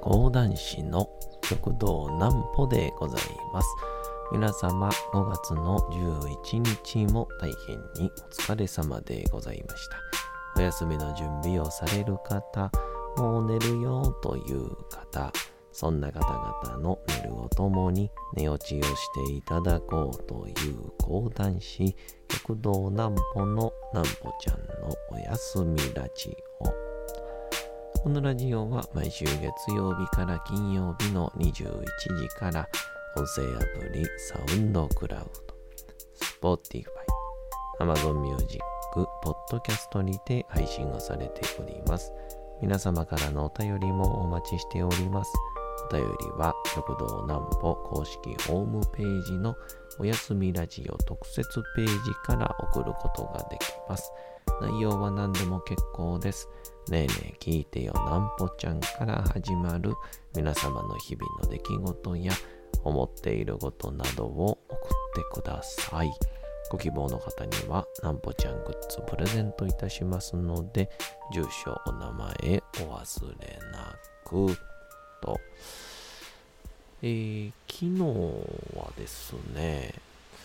講談師の食堂南歩でございます。皆様5月の11日も大変にお疲れ様でございました。お休みの準備をされる方、もう寝るよという方、そんな方々の寝るをともに寝落ちをしていただこうという講談師食堂南歩の南歩ちゃんのおやすみラジオ。このラジオは毎週月曜日から金曜日の21時から音声アプリサウンドクラウド、Spotify、Amazon Music、ポッドキャストにて配信をされております。皆様からのお便りもお待ちしております。お便りは食堂南歩公式ホームページのおやすみラジオ特設ページから送ることができます。内容は何でも結構です。ねえねえ聞いてよ南歩ちゃんから始まる皆様の日々の出来事や思っていることなどを送ってください。ご希望の方には南歩ちゃんグッズプレゼントいたしますので、住所お名前お忘れなくと。昨日はですね、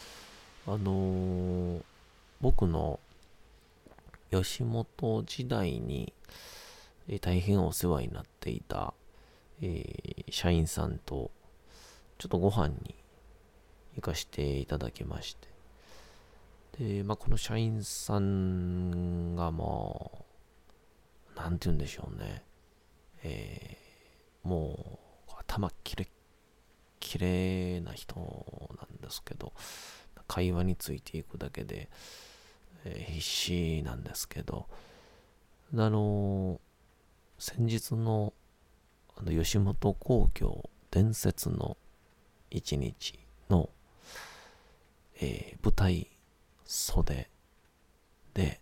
僕の吉本時代に大変お世話になっていた、社員さんとちょっとご飯に行かせていただきまして、で、この社員さんがなんて言うんでしょうね、もう頭キレッキレな人なんですけど、会話についていくだけで、必死なんですけど、先日の吉本興業伝説の一日の、舞台袖で、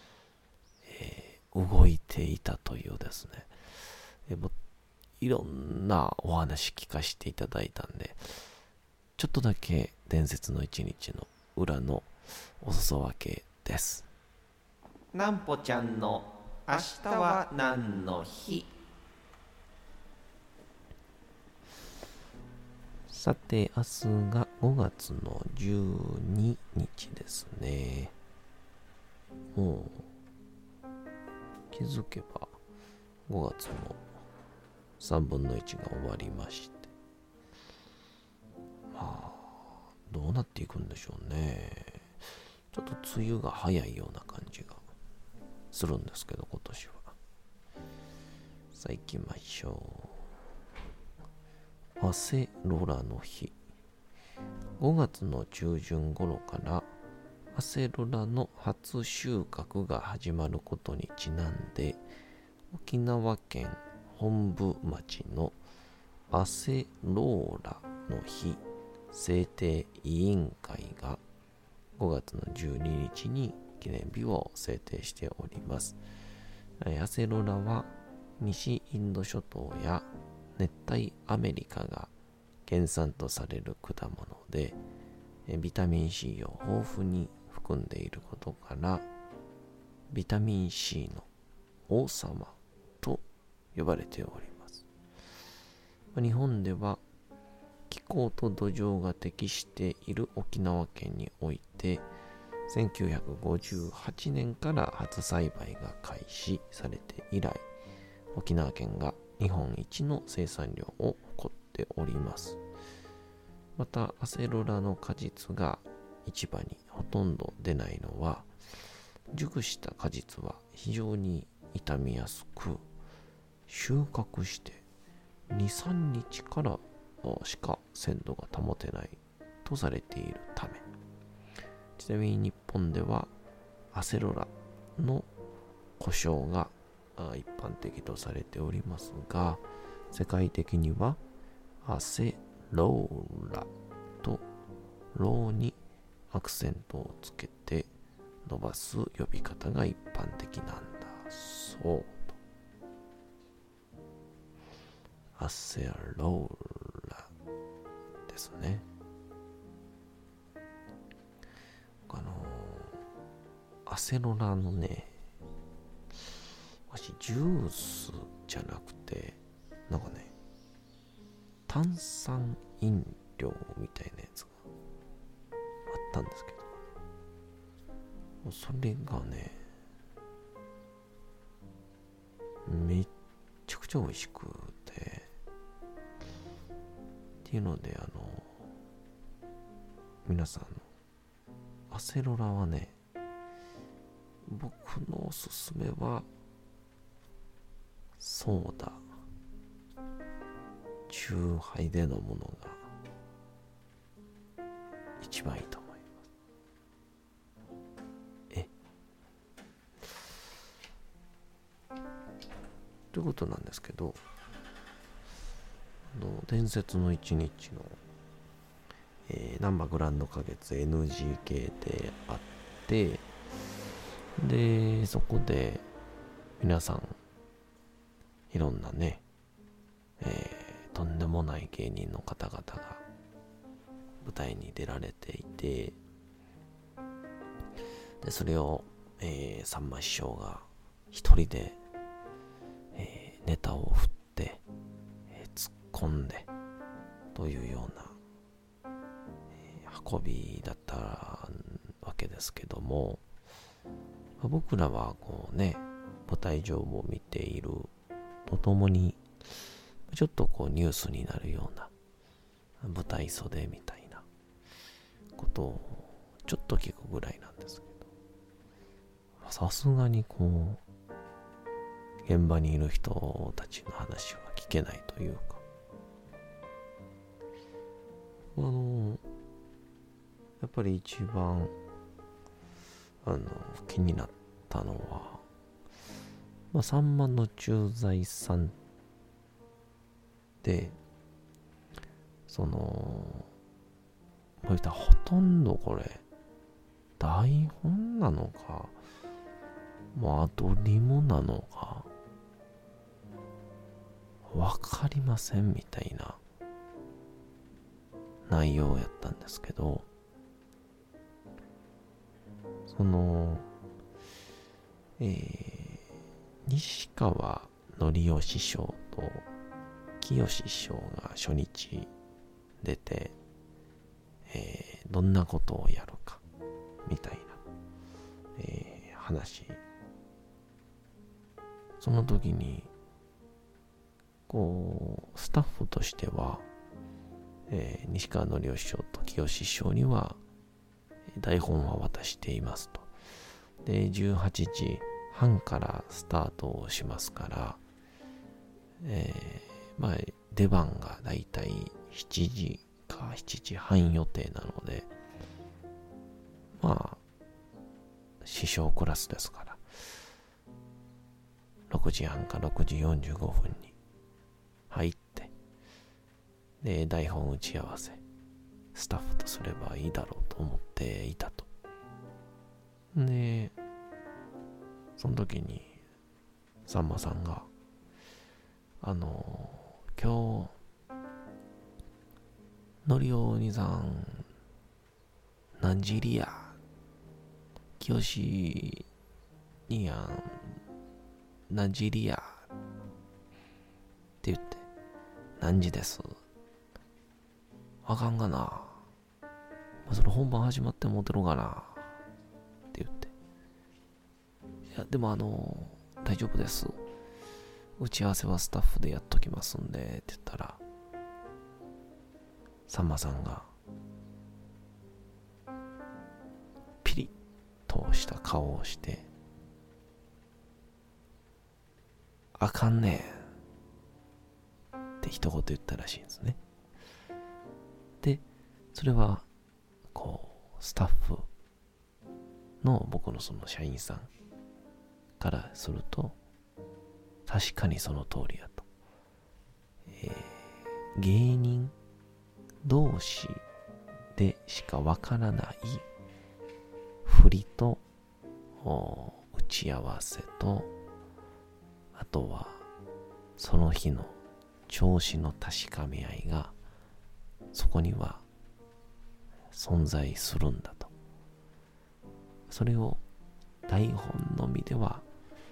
動いていたというですね、いろんなお話聞かせていただいたんで、ちょっとだけ伝説の一日の裏のお裾分けです。南歩ちゃんの明日は何の日。さて、明日が5月の12日ですね。もう気づけば5月の3分の1が終わりまして、どうなっていくんでしょうね。ちょっと梅雨が早いような感じがするんですけど、今年は。さあ行きましょう。アセロラの日。5月の中旬頃からアセロラの初収穫が始まることにちなんで、沖縄県本部町のアセローラの日制定委員会が5月の12日に記念日を制定しております。アセロラは西インド諸島や熱帯アメリカが原産とされる果物で、ビタミン C を豊富に含んでいることからビタミン C の王様と呼ばれております。日本では気候と土壌が適している沖縄県において1958年から初栽培が開始されて以来、沖縄県が日本一の生産量を誇っております。またアセロラの果実が市場にほとんど出ないのは、熟した果実は非常に傷みやすく、収穫して2、3日からしか鮮度が保てないとされているため、ちなみに日本ではアセロラの呼称が一般的とされておりますが、世界的にはアセローラとローにアクセントをつけて伸ばす呼び方が一般的なんだそうと。アセローラですね。アセロラのね、ジュースじゃなくて、なんかね、 炭酸飲料みたいなやつがあったんですけど、それがねめっちゃくちゃ美味しくて、っていうので皆さんアセロラはね、僕のおすすめはソーダ、チューハイで飲むのが一番いいと思います。ということなんですけど、伝説の一日の、難波グランド花月 NGK であって、でそこで皆さんいろんなね、とんでもない芸人の方々が舞台に出られていて、でそれを、さんま師匠が一人で、ネタを振って、突っ込んでというような、運びだったわけですけども、僕らはこうね、舞台上を見ているとともにちょっとこうニュースになるような舞台袖みたいなことをちょっと聞くぐらいなんですけど、さすがにこう現場にいる人たちの話は聞けないというか、やっぱり一番気になったのは、さんまの駐在さんで、ほとんどこれ台本なのか、アドリブなのかわかりませんみたいな内容やったんですけど、西川のりお師匠と清師匠が初日出て、どんなことをやるかみたいな、話、その時にこうスタッフとしては、西川のりお師匠と清師匠には台本は渡していますと。で18時半からスタートをしますから、出番がだいたい7時か7時半予定なので、師匠クラスですから6時半か6時45分に入って、で台本打ち合わせスタッフとすればいいだろうと思っていたと。でその時にさんまさんが今日のりお兄さん何時入りや、きよしにやん何時入りやって言って、何時です、あかんがな、それ本番始まってもうてるがなって言って、いやでも大丈夫です、打ち合わせはスタッフでやっときますんでって言ったら、さんまさんがピリッとした顔をして、あかんねんって一言言ったらしいんですね。でそれはこうスタッフの僕のその社員さんからすると確かにその通りやと、芸人同士でしかわからない振りと打ち合わせと、あとはその日の調子の確かめ合いがそこには存在するんだと。それを台本のみでは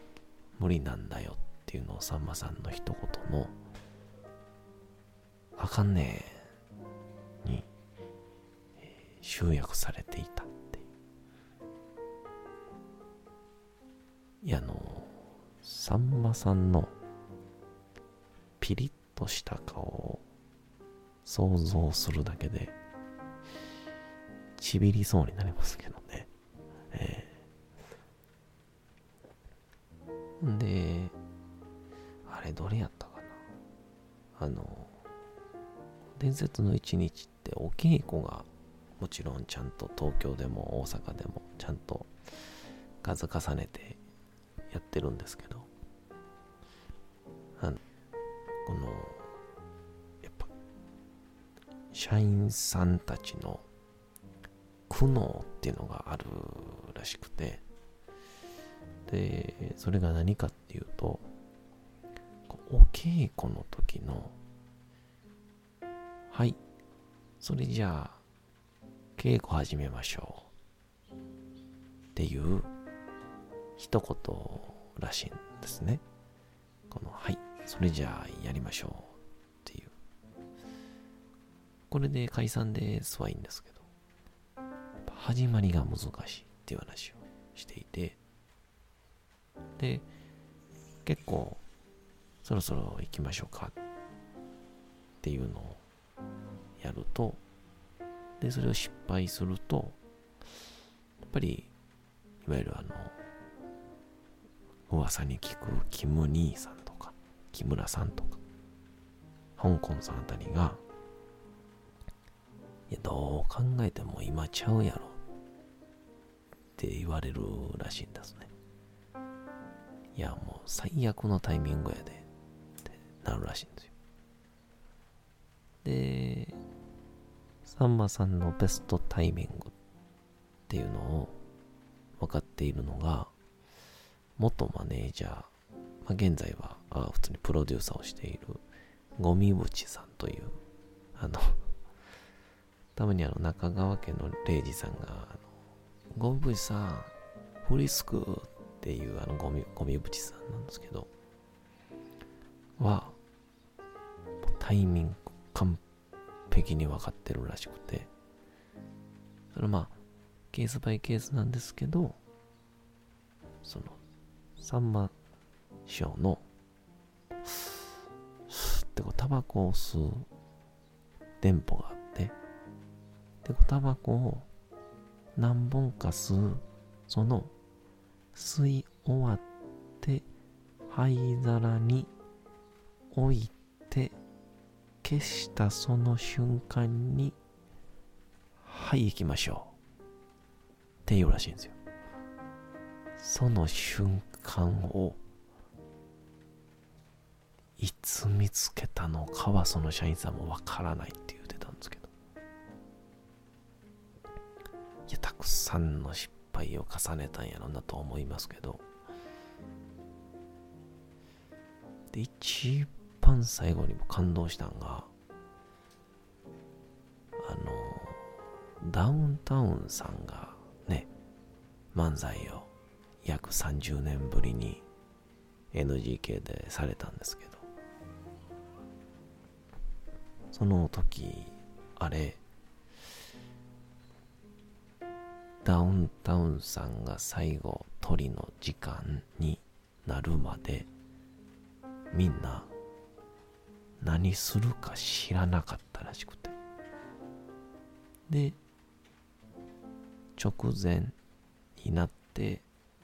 無理なんだよっていうのをさんまさんの一言のあかねに集約されていたっていう。いや、さんまさんのピリッとした顔を想像するだけでちびりそうになりますけどね。で、あれどれやったかな。伝説の一日ってお稽古がもちろんちゃんと東京でも大阪でもちゃんと数重ねてやってるんですけど、このやっぱ社員さんたちの苦悩っていうのがあるらしくて、でそれが何かっていうと、お稽古の時のはいそれじゃあ稽古始めましょうっていう一言らしいんですね。このはいそれじゃあやりましょうっていう、これで解散ですはいいんですけど、始まりが難しいっていう話をしていて、で結構そろそろ行きましょうかっていうのをやると、でそれを失敗するとやっぱりいわゆる噂に聞くキム兄さんとか木村さんとか香港さんあたりが、いやどう考えても今ちゃうやろって言われるらしいんですね。いやもう最悪のタイミングやでってなるらしいんですよ。でさんまさんのベストタイミングっていうのを分かっているのが、元マネージャー、現在は普通にプロデューサーをしているゴミブチさんというたまに中川家の礼二さんがゴミブチさんフリスクっていうゴミブチさんなんですけどはタイミング完璧に分かってるらしくて、それはケースバイケースなんですけど、そのさんま師匠のスーってタバコを吸う電波があって、でタバコを何本か吸う、その吸い終わって灰皿に置いて消したその瞬間にはい行きましょうっていうらしいんですよ。その瞬間をいつ見つけたのかはその社員さんもわからないって言ってたんですけど、いやたくさんの失敗を重ねたんやろなと思いますけど、で一番最後にも感動したんがダウンタウンさんがね漫才を約30年ぶりに NGK でされたんですけど、その時あれダウンタウンさんが最後鳥の時間になるまでみんな何するか知らなかったらしくて、で直前になって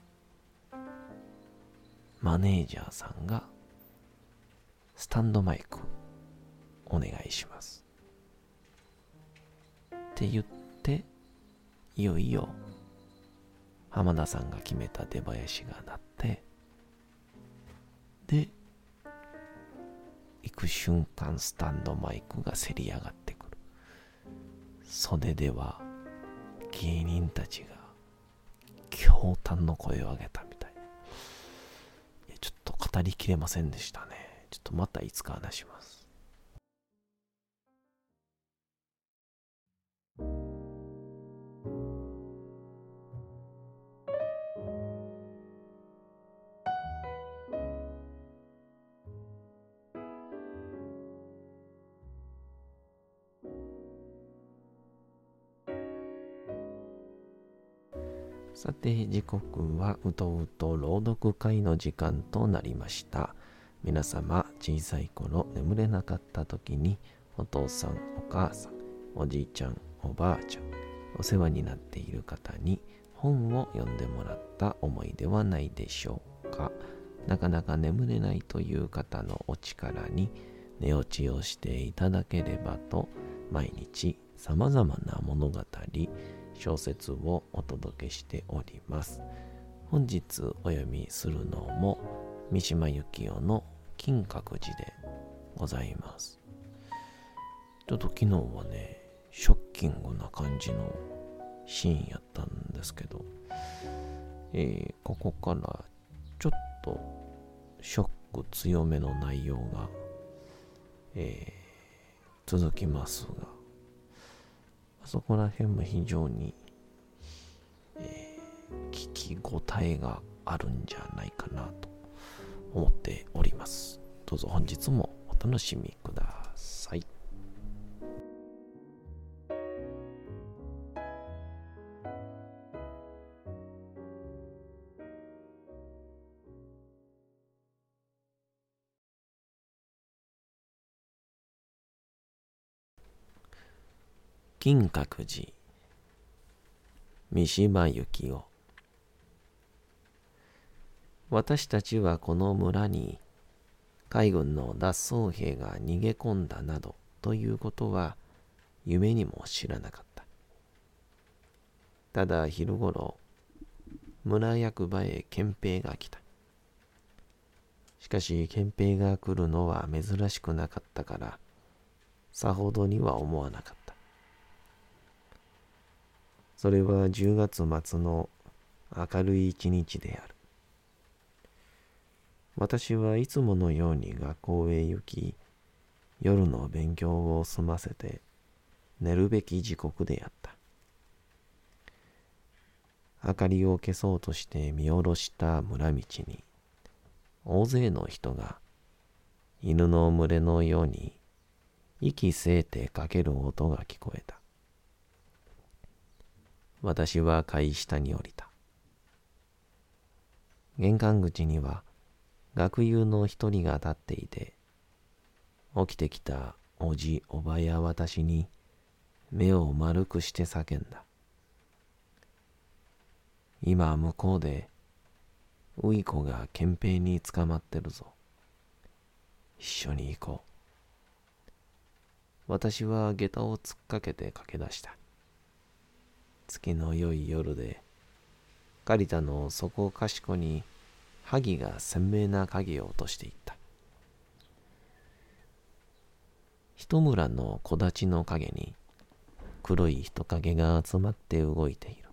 マネージャーさんがスタンドマイクお願いしますって言って、いよいよ浜田さんが決めた出囃子が鳴って、で行く瞬間スタンドマイクがせり上がってくる。袖では芸人たちが驚嘆の声を上げたみたい。いやちょっと語りきれませんでしたね。ちょっとまたいつか話します。 さて、時刻はうとうと朗読会の時間となりました。皆様、小さい頃眠れなかった時に、お父さん、お母さん、おじいちゃん、おばあちゃん、お世話になっている方に本を読んでもらった思いではないでしょうか。なかなか眠れないという方のお力に寝落ちをしていただければと、毎日さまざまな物語、小説をお届けしております。本日お読みするのも三島由紀夫の金閣寺でございます。ちょっと昨日はね、ショッキングな感じのシーンやったんですけど、ここからちょっとショック強めの内容が、続きますが、そこら辺も非常に、聞き応えがあるんじゃないかなと思っております。どうぞ本日もお楽しみください。金閣寺、三島由紀夫。私たちはこの村に海軍の脱走兵が逃げ込んだなどということは夢にも知らなかった。ただ昼ごろ、村役場へ憲兵が来た。しかし憲兵が来るのは珍しくなかったから、さほどには思わなかった。それは10月末の明るい一日である。私はいつものように学校へ行き、夜の勉強を済ませて寝るべき時刻であった。明かりを消そうとして見下ろした村道に、大勢の人が犬の群れのように息せいてかける音が聞こえた。私は階下に降りた。玄関口には学友の一人が立っていて、起きてきたおじおばや私に目を丸くして叫んだ。今向こうでウイコが憲兵に捕まってるぞ。一緒に行こう。私は下駄を突っかけて駆け出した。月の良い夜で、借りたのそこかしこに萩が鮮明な影を落としていった。一村の木立の影に黒い人影が集まって動いている。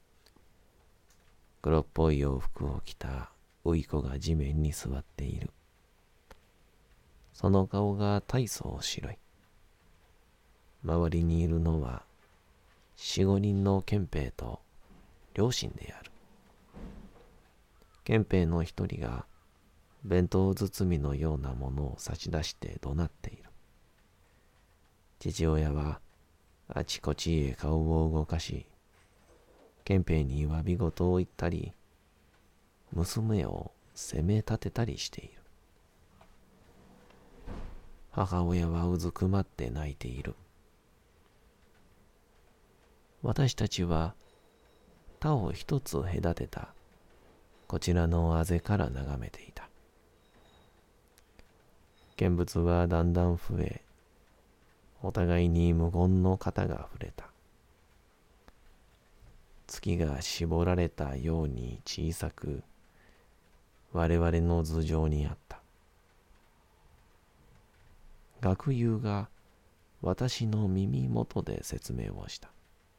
黒っぽい洋服を着たウイコが地面に座っている。その顔が大層白い。周りにいるのは4、5人の憲兵と両親である。憲兵の一人が弁当包みのようなものを差し出して怒鳴っている。父親はあちこちへ顔を動かし、憲兵に詫び事を言ったり、娘を責め立てたりしている。母親はうずくまって泣いている。私たちは他を一つ隔てたこちらのあぜから眺めていた。見物はだんだん増え、お互いに無言の肩が触れた。月が絞られたように小さく我々の頭上にあった。学友が私の耳元で説明をした。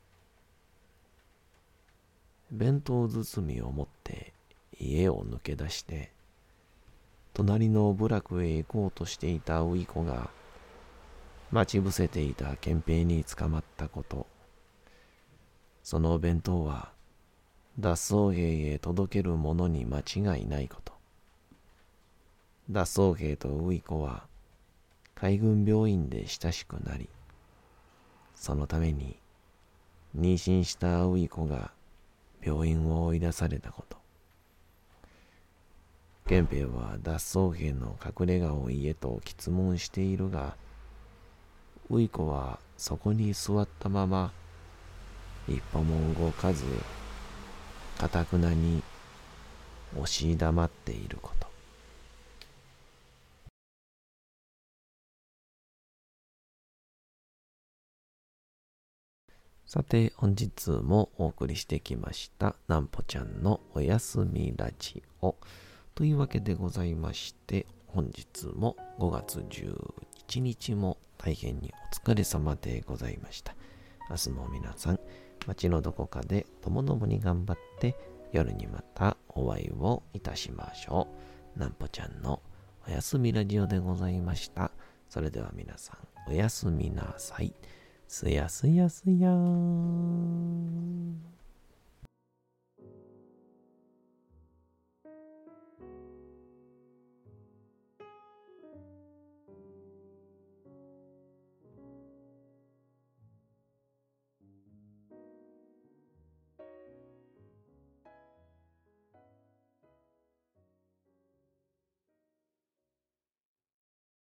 弁当包みを持って家を抜け出して、隣の部落へ行こうとしていたウイコが、待ち伏せていた憲兵に捕まったこと、その弁当は脱走兵へ届けるものに間違いないこと、脱走兵とウイコは海軍病院で親しくなり、そのために妊娠したウイコが病院を追い出されたこと。源平は脱走兵の隠れ家を言えと詰問しているが、うい子はそこに座ったまま一歩も動かず、かたくなに押し黙っていること。さて、本日もお送りしてきましたなんぽちゃんのおやすみラジオというわけでございまして、本日も5月11日も大変にお疲れ様でございました。明日も皆さん、街のどこかでともどもに頑張って夜にまたお会いをいたしましょう。なんぽちゃんのおやすみラジオでございました。それでは皆さん、おやすみなさい。すやすやすやーん。